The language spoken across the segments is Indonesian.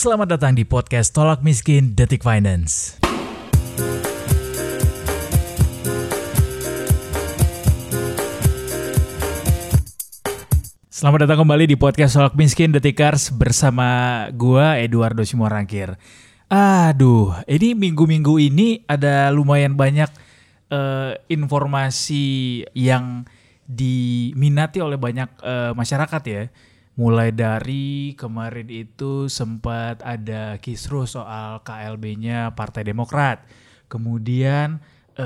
Selamat datang di podcast Tolak Miskin Detik Finance. Selamat datang kembali di podcast Tolak Miskin Detikers bersama gua Eduardo Simorangkir. Aduh, ini minggu-minggu ini ada lumayan banyak informasi yang diminati oleh banyak masyarakat ya. Mulai dari kemarin itu sempat ada kisruh soal KLB-nya Partai Demokrat. Kemudian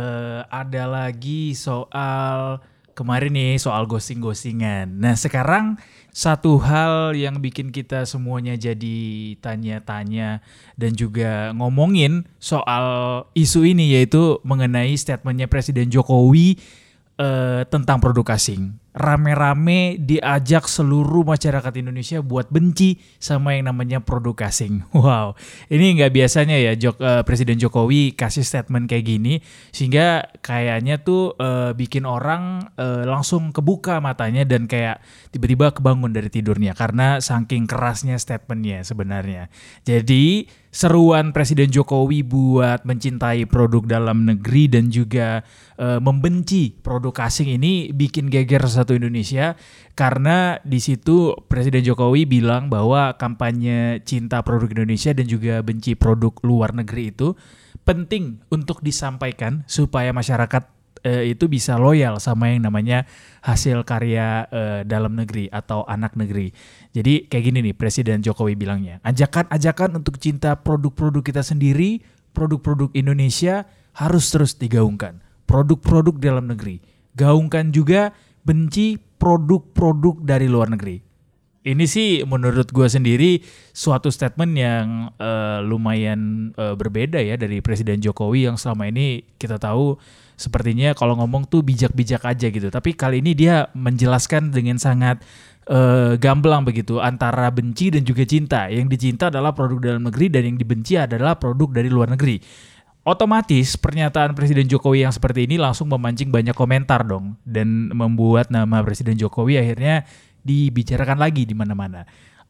ada lagi soal kemarin nih soal ghosting-ghostingan. Nah sekarang satu hal yang bikin kita semuanya jadi tanya-tanya dan juga ngomongin soal isu ini yaitu mengenai statementnya Presiden Jokowi tentang produk asing. Rame-rame diajak seluruh masyarakat Indonesia buat benci sama yang namanya produk asing. Wow, ini nggak biasanya ya Presiden Jokowi kasih statement kayak gini, sehingga kayaknya tuh bikin orang langsung kebuka matanya dan kayak tiba-tiba kebangun dari tidurnya karena saking kerasnya statementnya sebenarnya. Jadi seruan Presiden Jokowi buat mencintai produk dalam negeri dan juga membenci produk asing ini bikin geger satu Indonesia karena di situ Presiden Jokowi bilang bahwa kampanye cinta produk Indonesia dan juga benci produk luar negeri itu penting untuk disampaikan supaya masyarakat itu bisa loyal sama yang namanya hasil karya dalam negeri atau anak negeri. Jadi kayak gini nih Presiden Jokowi bilangnya, ajakan-ajakan untuk cinta produk-produk kita sendiri, produk-produk Indonesia harus terus digaungkan. Produk-produk dalam negeri, gaungkan juga benci produk-produk dari luar negeri. Ini sih menurut gue sendiri suatu statement yang lumayan berbeda ya dari Presiden Jokowi yang selama ini kita tahu sepertinya kalau ngomong tuh bijak-bijak aja gitu. Tapi kali ini dia menjelaskan dengan sangat gamblang begitu antara benci dan juga cinta. Yang dicinta adalah produk dalam negeri dan yang dibenci adalah produk dari luar negeri. Otomatis pernyataan Presiden Jokowi yang seperti ini langsung memancing banyak komentar dong dan membuat nama Presiden Jokowi akhirnya dibicarakan lagi di mana-mana.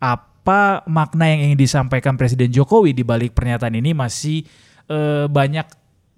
Apa makna yang ingin disampaikan Presiden Jokowi di balik pernyataan ini masih banyak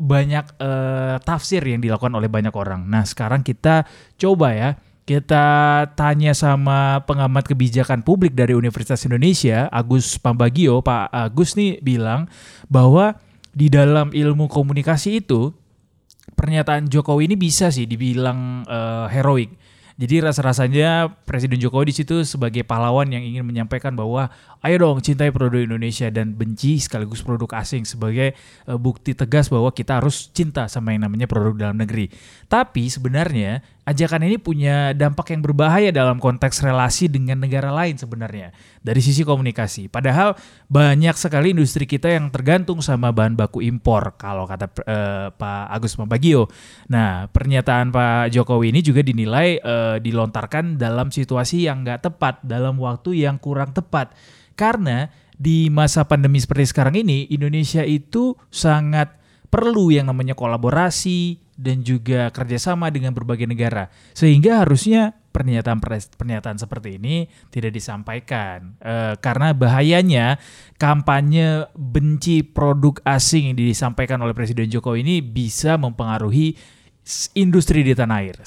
tafsir yang dilakukan oleh banyak orang. Nah, sekarang kita coba ya, kita tanya sama pengamat kebijakan publik dari Universitas Indonesia, Agus Pambagio. Pak Agus nih bilang bahwa di dalam ilmu komunikasi itu pernyataan Jokowi ini bisa sih dibilang heroik. Jadi rasa-rasanya Presiden Jokowi di situ sebagai pahlawan yang ingin menyampaikan bahwa ayo dong cintai produk Indonesia dan benci sekaligus produk asing sebagai bukti tegas bahwa kita harus cinta sama yang namanya produk dalam negeri. Tapi sebenarnya ajakan ini punya dampak yang berbahaya dalam konteks relasi dengan negara lain sebenarnya dari sisi komunikasi. Padahal banyak sekali industri kita yang tergantung sama bahan baku impor kalau kata Pak Agus Pambagio. Nah pernyataan Pak Jokowi ini juga dinilai dilontarkan dalam situasi yang nggak tepat, dalam waktu yang kurang tepat. Karena di masa pandemi seperti sekarang ini, Indonesia itu sangat perlu yang namanya kolaborasi dan juga kerjasama dengan berbagai negara. Sehingga harusnya pernyataan seperti ini tidak disampaikan. Karena bahayanya kampanye benci produk asing yang disampaikan oleh Presiden Jokowi ini bisa mempengaruhi industri di tanah air.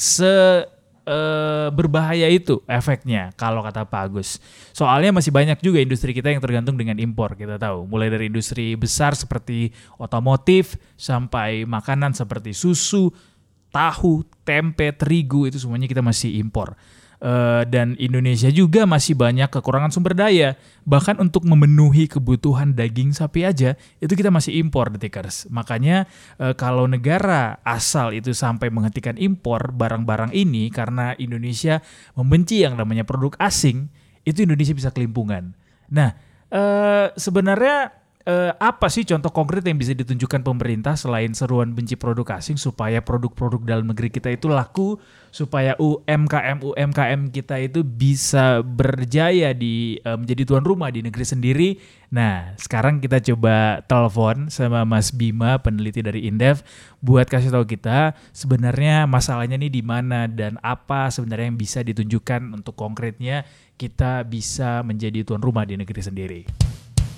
Berbahaya itu efeknya kalau kata Pak Agus. Soalnya masih banyak juga industri kita yang tergantung dengan impor, kita tahu. Mulai dari industri besar seperti otomotif sampai makanan seperti susu, tahu, tempe, terigu itu semuanya kita masih impor. Dan Indonesia juga masih banyak kekurangan sumber daya. Bahkan untuk memenuhi kebutuhan daging sapi aja itu kita masih impor Detikers. Makanya kalau negara asal itu sampai menghentikan impor barang-barang ini karena Indonesia membenci yang namanya produk asing, itu Indonesia bisa kelimpungan. Nah sebenarnya apa sih contoh konkret yang bisa ditunjukkan pemerintah selain seruan benci produk asing supaya produk-produk dalam negeri kita itu laku, supaya UMKM kita itu bisa berjaya di menjadi tuan rumah di negeri sendiri. Nah, sekarang kita coba telepon sama Mas Bima, peneliti dari Indef, buat kasih tahu kita sebenarnya masalahnya nih di mana dan apa sebenarnya yang bisa ditunjukkan untuk konkretnya kita bisa menjadi tuan rumah di negeri sendiri.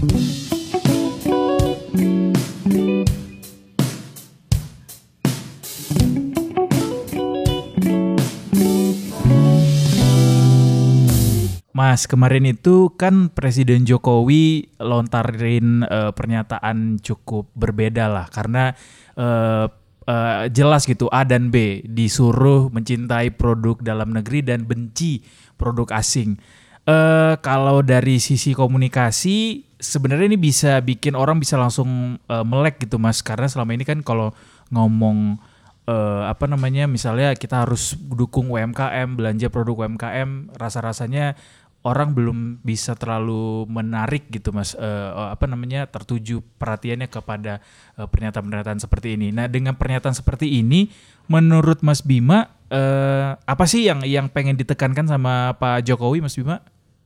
Mas, kemarin itu kan Presiden Jokowi lontarin pernyataan cukup berbeda lah karena eh, jelas gitu A dan B disuruh mencintai produk dalam negeri dan benci produk asing. Kalau dari sisi komunikasi sebenarnya ini bisa bikin orang bisa langsung melek gitu Mas, karena selama ini kan kalau ngomong apa namanya misalnya kita harus dukung UMKM, belanja produk UMKM, rasa-rasanya orang belum bisa terlalu menarik gitu Mas, apa namanya tertuju perhatiannya kepada pernyataan-pernyataan seperti ini. Nah, dengan pernyataan seperti ini menurut Mas Bima apa sih yang pengen ditekankan sama Pak Jokowi, Mas Bima?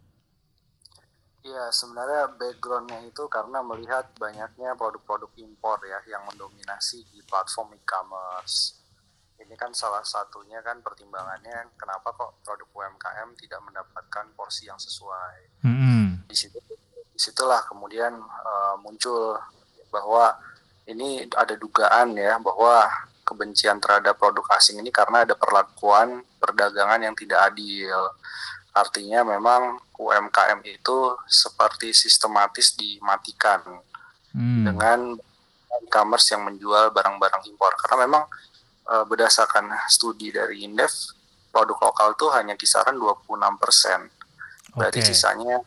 Ya, sebenarnya backgroundnya itu karena melihat banyaknya produk-produk impor ya yang mendominasi di platform e-commerce. Ini kan salah satunya kan pertimbangannya kenapa kok produk UMKM tidak mendapatkan porsi yang sesuai. Mm-hmm. Disitulah kemudian muncul bahwa ini ada dugaan ya bahwa kebencian terhadap produk asing ini karena ada perlakuan perdagangan yang tidak adil. Artinya memang UMKM itu seperti sistematis dimatikan dengan e-commerce yang menjual barang-barang impor. Karena memang berdasarkan studi dari Indef, produk lokal itu hanya kisaran 26%. Dari sisanya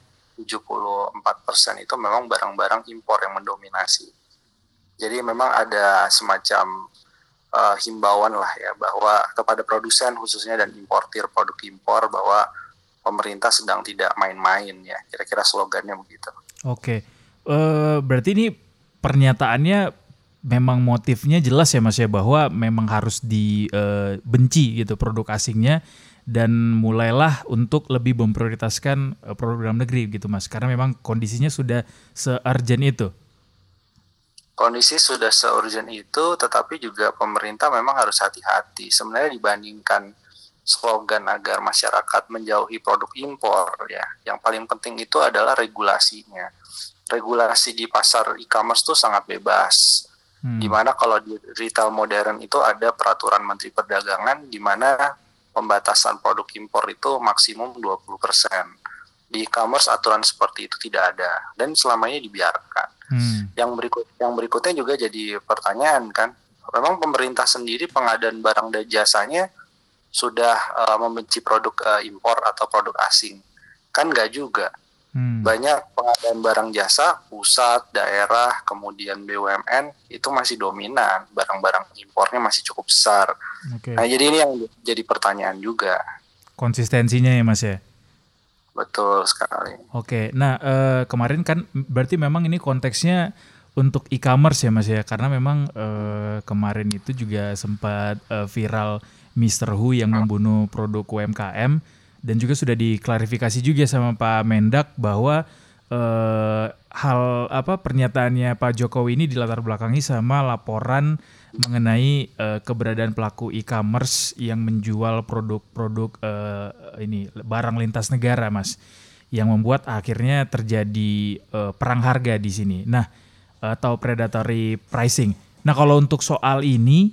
74% itu memang barang-barang impor yang mendominasi. Jadi memang ada semacam himbauan lah ya bahwa kepada produsen khususnya dan importir produk impor bahwa pemerintah sedang tidak main-main ya, kira-kira slogannya begitu. Oke, berarti ini pernyataannya memang motifnya jelas ya Mas ya, bahwa memang harus dibenci gitu produk asingnya dan mulailah untuk lebih memprioritaskan produk dalam negeri gitu Mas, karena memang kondisinya sudah se-urgent itu. Kondisi sudah se-urgent itu, tetapi juga pemerintah memang harus hati-hati. Sebenarnya dibandingkan slogan agar masyarakat menjauhi produk impor ya, yang paling penting itu adalah regulasinya. Regulasi di pasar e-commerce itu sangat bebas. Dimana kalau di retail modern itu ada peraturan Menteri Perdagangan di mana pembatasan produk impor itu maksimum 20%. Di e-commerce aturan seperti itu tidak ada dan selamanya dibiarkan. Yang berikutnya juga jadi pertanyaan kan, memang pemerintah sendiri pengadaan barang dan jasanya sudah membenci produk impor atau produk asing? Kan nggak juga. Banyak pengadaan barang jasa, pusat, daerah, kemudian BUMN, itu masih dominan. Barang-barang impornya masih cukup besar. Okay. Nah, jadi ini yang jadi pertanyaan juga. Konsistensinya ya Mas ya? Betul sekali. Oke, nah kemarin kan berarti memang ini konteksnya untuk e-commerce ya Mas ya? Karena memang kemarin itu juga sempat viral Mr. Hu yang membunuh produk UMKM dan juga sudah diklarifikasi juga sama Pak Mendak bahwa pernyataannya Pak Jokowi ini dilatar belakangi sama laporan mengenai keberadaan pelaku e-commerce yang menjual produk-produk ini barang lintas negara Mas, yang membuat akhirnya terjadi perang harga di sini. Nah, atau predatory pricing. Nah, kalau untuk soal ini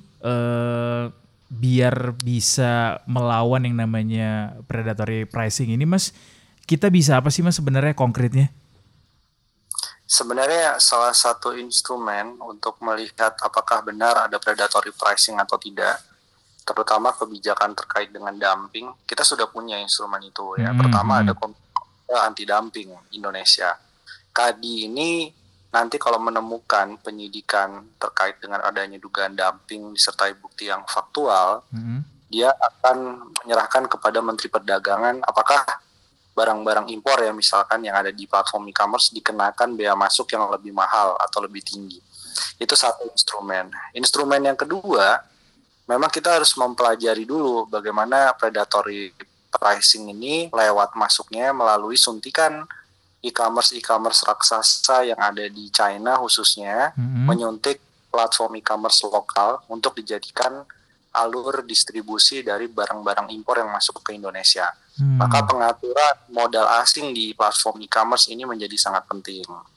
biar bisa melawan yang namanya predatory pricing ini Mas, kita bisa apa sih Mas sebenarnya konkretnya? Sebenarnya salah satu instrumen untuk melihat apakah benar ada predatory pricing atau tidak, terutama kebijakan terkait dengan dumping, kita sudah punya instrumen itu ya. Pertama ada Komite Anti Dumping Indonesia. KADI ini nanti kalau menemukan penyidikan terkait dengan adanya dugaan dumping disertai bukti yang faktual, dia akan menyerahkan kepada Menteri Perdagangan apakah barang-barang impor ya misalkan yang ada di platform e-commerce dikenakan bea masuk yang lebih mahal atau lebih tinggi. Itu satu instrumen. Instrumen yang kedua, memang kita harus mempelajari dulu bagaimana predatory pricing ini lewat masuknya melalui suntikan e-commerce raksasa yang ada di China khususnya, menyuntik platform e-commerce lokal untuk dijadikan alur distribusi dari barang-barang impor yang masuk ke Indonesia. Maka pengaturan modal asing di platform e-commerce ini menjadi sangat penting.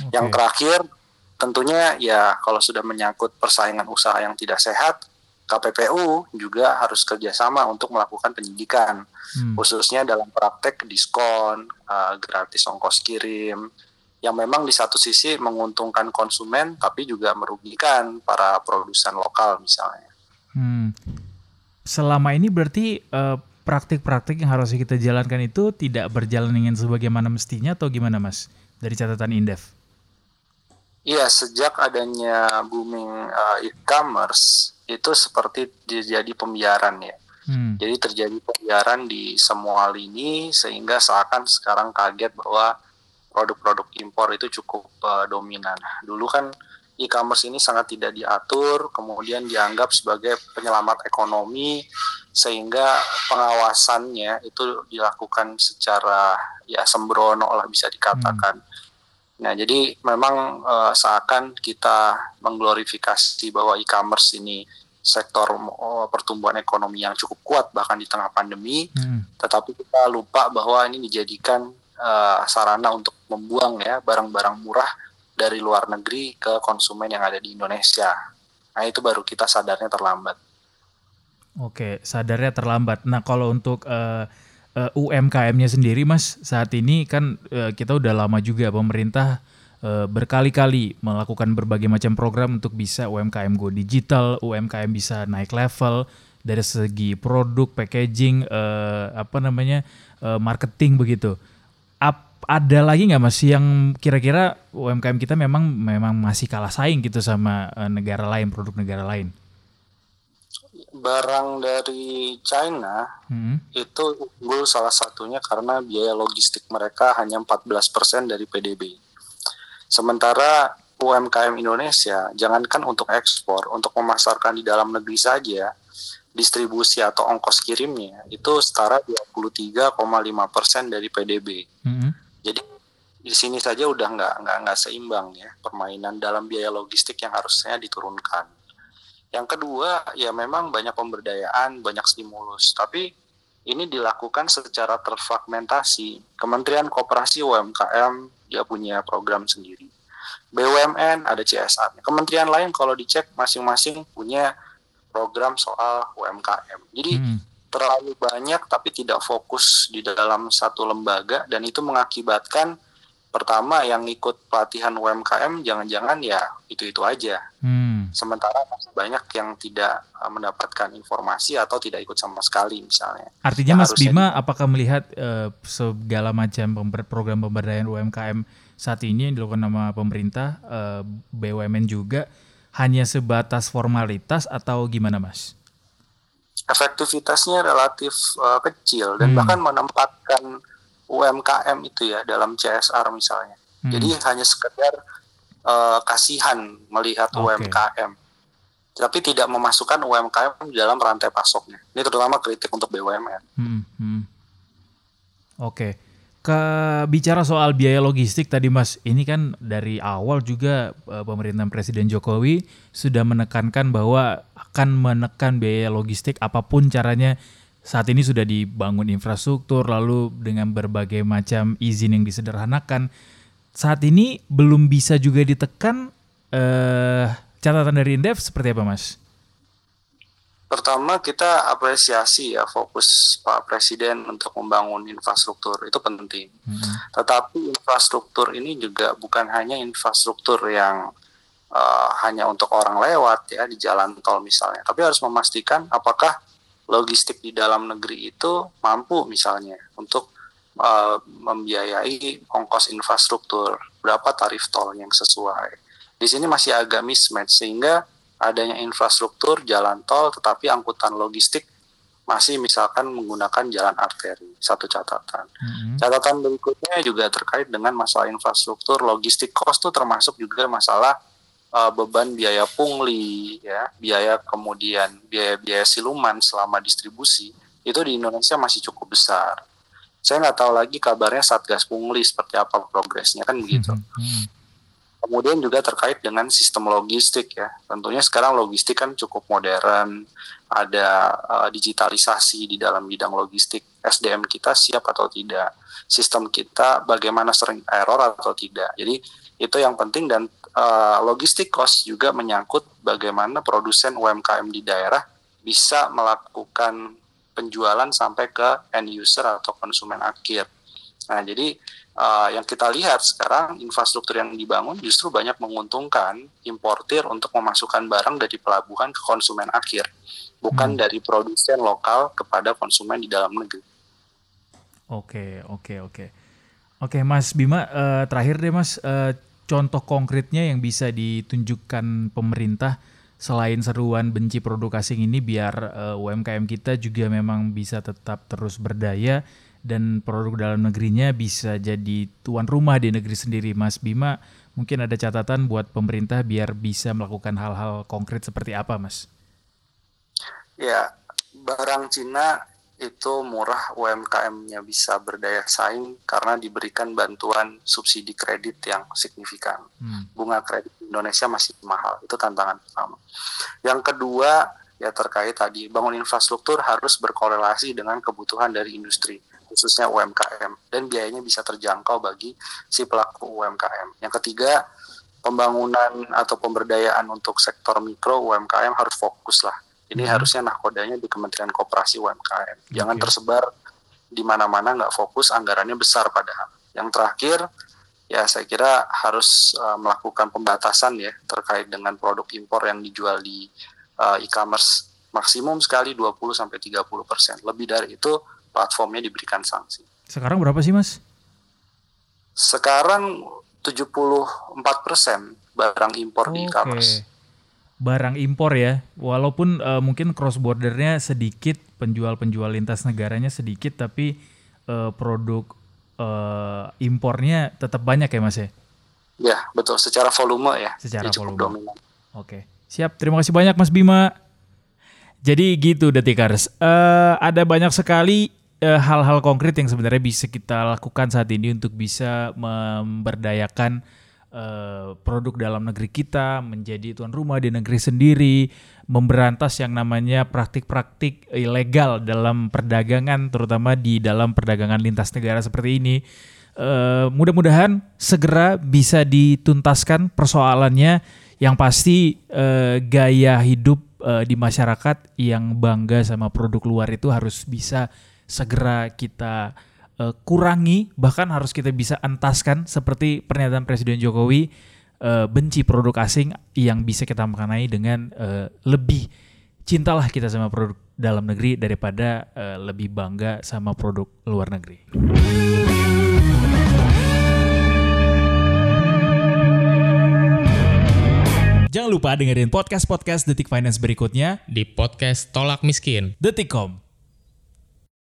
Yang terakhir, tentunya ya kalau sudah menyangkut persaingan usaha yang tidak sehat, KPPU juga harus kerjasama untuk melakukan penyidikan, khususnya dalam praktek diskon, gratis ongkos kirim, yang memang di satu sisi menguntungkan konsumen, tapi juga merugikan para produsen lokal misalnya. Selama ini berarti praktik-praktik yang harus kita jalankan itu tidak berjalan dengan sebagaimana mestinya atau gimana Mas? Dari catatan Indef? Iya, sejak adanya booming e-commerce itu seperti terjadi pembiaran ya. Jadi terjadi pembiaran di semua lini sehingga seakan sekarang kaget bahwa produk-produk impor itu cukup dominan. Dulu kan e-commerce ini sangat tidak diatur, kemudian dianggap sebagai penyelamat ekonomi sehingga pengawasannya itu dilakukan secara ya sembrono lah bisa dikatakan. Nah, jadi memang seakan kita mengglorifikasi bahwa e-commerce ini sektor pertumbuhan ekonomi yang cukup kuat bahkan di tengah pandemi, tetapi kita lupa bahwa ini dijadikan sarana untuk membuang ya barang-barang murah dari luar negeri ke konsumen yang ada di Indonesia. Nah, itu baru kita sadarnya terlambat. Oke, sadarnya terlambat. Nah, kalau untuk UMKM-nya sendiri Mas, saat ini kan kita udah lama juga pemerintah berkali-kali melakukan berbagai macam program untuk bisa UMKM go digital, UMKM bisa naik level dari segi produk, packaging, marketing begitu. Ada lagi nggak Mas yang kira-kira UMKM kita memang masih kalah saing gitu sama negara lain, produk negara lain? Barang dari China itu unggul salah satunya karena biaya logistik mereka hanya 14% dari PDB. Sementara UMKM Indonesia, jangankan untuk ekspor, untuk memasarkan di dalam negeri saja, distribusi atau ongkos kirimnya itu setara 23,5% dari PDB. Jadi di sini saja udah nggak seimbang ya permainan dalam biaya logistik yang harusnya diturunkan. Yang kedua, ya memang banyak pemberdayaan, banyak stimulus. Tapi ini dilakukan secara terfragmentasi. Kementerian Koperasi UMKM, dia punya program sendiri. BUMN ada CSR. Kementerian lain kalau dicek masing-masing punya program soal UMKM. Jadi terlalu banyak tapi tidak fokus di dalam satu lembaga. Dan itu mengakibatkan pertama yang ikut pelatihan UMKM jangan-jangan ya itu-itu aja. Sementara masih banyak yang tidak mendapatkan informasi atau tidak ikut sama sekali misalnya. Artinya Mas Bima apakah melihat segala macam program pemberdayaan UMKM saat ini yang dilakukan sama pemerintah, BUMN juga hanya sebatas formalitas atau gimana Mas? Efektivitasnya relatif kecil dan bahkan menempatkan UMKM itu ya dalam CSR misalnya. Jadi hanya sekedar kasihan melihat UMKM, tapi tidak memasukkan UMKM dalam rantai pasoknya. Ini terutama kritik untuk BUMN. Oke. Bicara soal biaya logistik tadi Mas, ini kan dari awal juga pemerintahan Presiden Jokowi sudah menekankan bahwa akan menekan biaya logistik apapun caranya. Saat ini sudah dibangun infrastruktur lalu dengan berbagai macam izin yang disederhanakan. Saat ini belum bisa juga ditekan, catatan dari Indef seperti apa Mas? Pertama kita apresiasi ya fokus Pak Presiden untuk membangun infrastruktur, itu penting. Tetapi infrastruktur ini juga bukan hanya infrastruktur yang hanya untuk orang lewat ya di jalan tol misalnya, tapi harus memastikan apakah logistik di dalam negeri itu mampu misalnya untuk membiayai ongkos infrastruktur, berapa tarif tol yang sesuai. Di sini masih agak mismatch sehingga adanya infrastruktur jalan tol tetapi angkutan logistik masih misalkan menggunakan jalan arteri. Satu catatan. Catatan berikutnya juga terkait dengan masalah infrastruktur logistik cost itu termasuk juga masalah beban biaya pungli ya, biaya kemudian biaya siluman selama distribusi itu di Indonesia masih cukup besar. Saya nggak tahu lagi kabarnya Satgas Pungli seperti apa progresnya kan begitu. Kemudian juga terkait dengan sistem logistik ya. Tentunya sekarang logistik kan cukup modern, ada digitalisasi di dalam bidang logistik. SDM kita siap atau tidak, sistem kita bagaimana sering error atau tidak. Jadi Itu yang penting. Dan logistik cost juga menyangkut bagaimana produsen UMKM di daerah bisa melakukan penjualan sampai ke end user atau konsumen akhir. Nah, jadi yang kita lihat sekarang infrastruktur yang dibangun justru banyak menguntungkan importir untuk memasukkan barang dari pelabuhan ke konsumen akhir, bukan dari produsen lokal kepada konsumen di dalam negeri. Oke, Mas Bima, terakhir deh Mas, contoh konkretnya yang bisa ditunjukkan pemerintah selain seruan benci produk asing ini biar UMKM kita juga memang bisa tetap terus berdaya dan produk dalam negerinya bisa jadi tuan rumah di negeri sendiri. Mas Bima, mungkin ada catatan buat pemerintah biar bisa melakukan hal-hal konkret seperti apa, Mas? Ya, barang Cina itu murah, UMKM-nya bisa berdaya saing karena diberikan bantuan subsidi kredit yang signifikan. Bunga kredit Indonesia masih mahal, itu tantangan pertama. Yang kedua, ya terkait tadi, bangun infrastruktur harus berkorelasi dengan kebutuhan dari industri, khususnya UMKM, dan biayanya bisa terjangkau bagi si pelaku UMKM. Yang ketiga, pembangunan atau pemberdayaan untuk sektor mikro UMKM harus fokus lah. Ini harusnya nahkodanya di Kementerian Koperasi UMKM. Jangan tersebar di mana-mana, nggak fokus, anggarannya besar padahal. Yang terakhir, ya saya kira harus melakukan pembatasan ya terkait dengan produk impor yang dijual di e-commerce. Maksimum sekali 20-30%. Lebih dari itu, platformnya diberikan sanksi. Sekarang berapa sih, Mas? Sekarang 74% barang impor di e-commerce. Barang impor ya, walaupun mungkin cross bordernya sedikit, penjual lintas negaranya sedikit, tapi produk impornya tetap banyak ya Mas ya? Ya betul, secara volume ya. Secara cukup volume. dominan. Oke, siap. Terima kasih banyak Mas Bima. Jadi gitu Detikers, ada banyak sekali hal-hal konkret yang sebenarnya bisa kita lakukan saat ini untuk bisa memberdayakan produk dalam negeri kita menjadi tuan rumah di negeri sendiri, memberantas yang namanya praktik-praktik ilegal dalam perdagangan, terutama di dalam perdagangan lintas negara seperti ini. Mudah-mudahan segera bisa dituntaskan persoalannya. Yang pasti gaya hidup di masyarakat yang bangga sama produk luar itu harus bisa segera kita kurangi, bahkan harus kita bisa entaskan seperti pernyataan Presiden Jokowi, benci produk asing yang bisa kita maknai dengan lebih cintalah kita sama produk dalam negeri daripada lebih bangga sama produk luar negeri. Jangan lupa dengerin podcast-podcast Detik Finance berikutnya di podcast Tolak Miskin. Detikcom.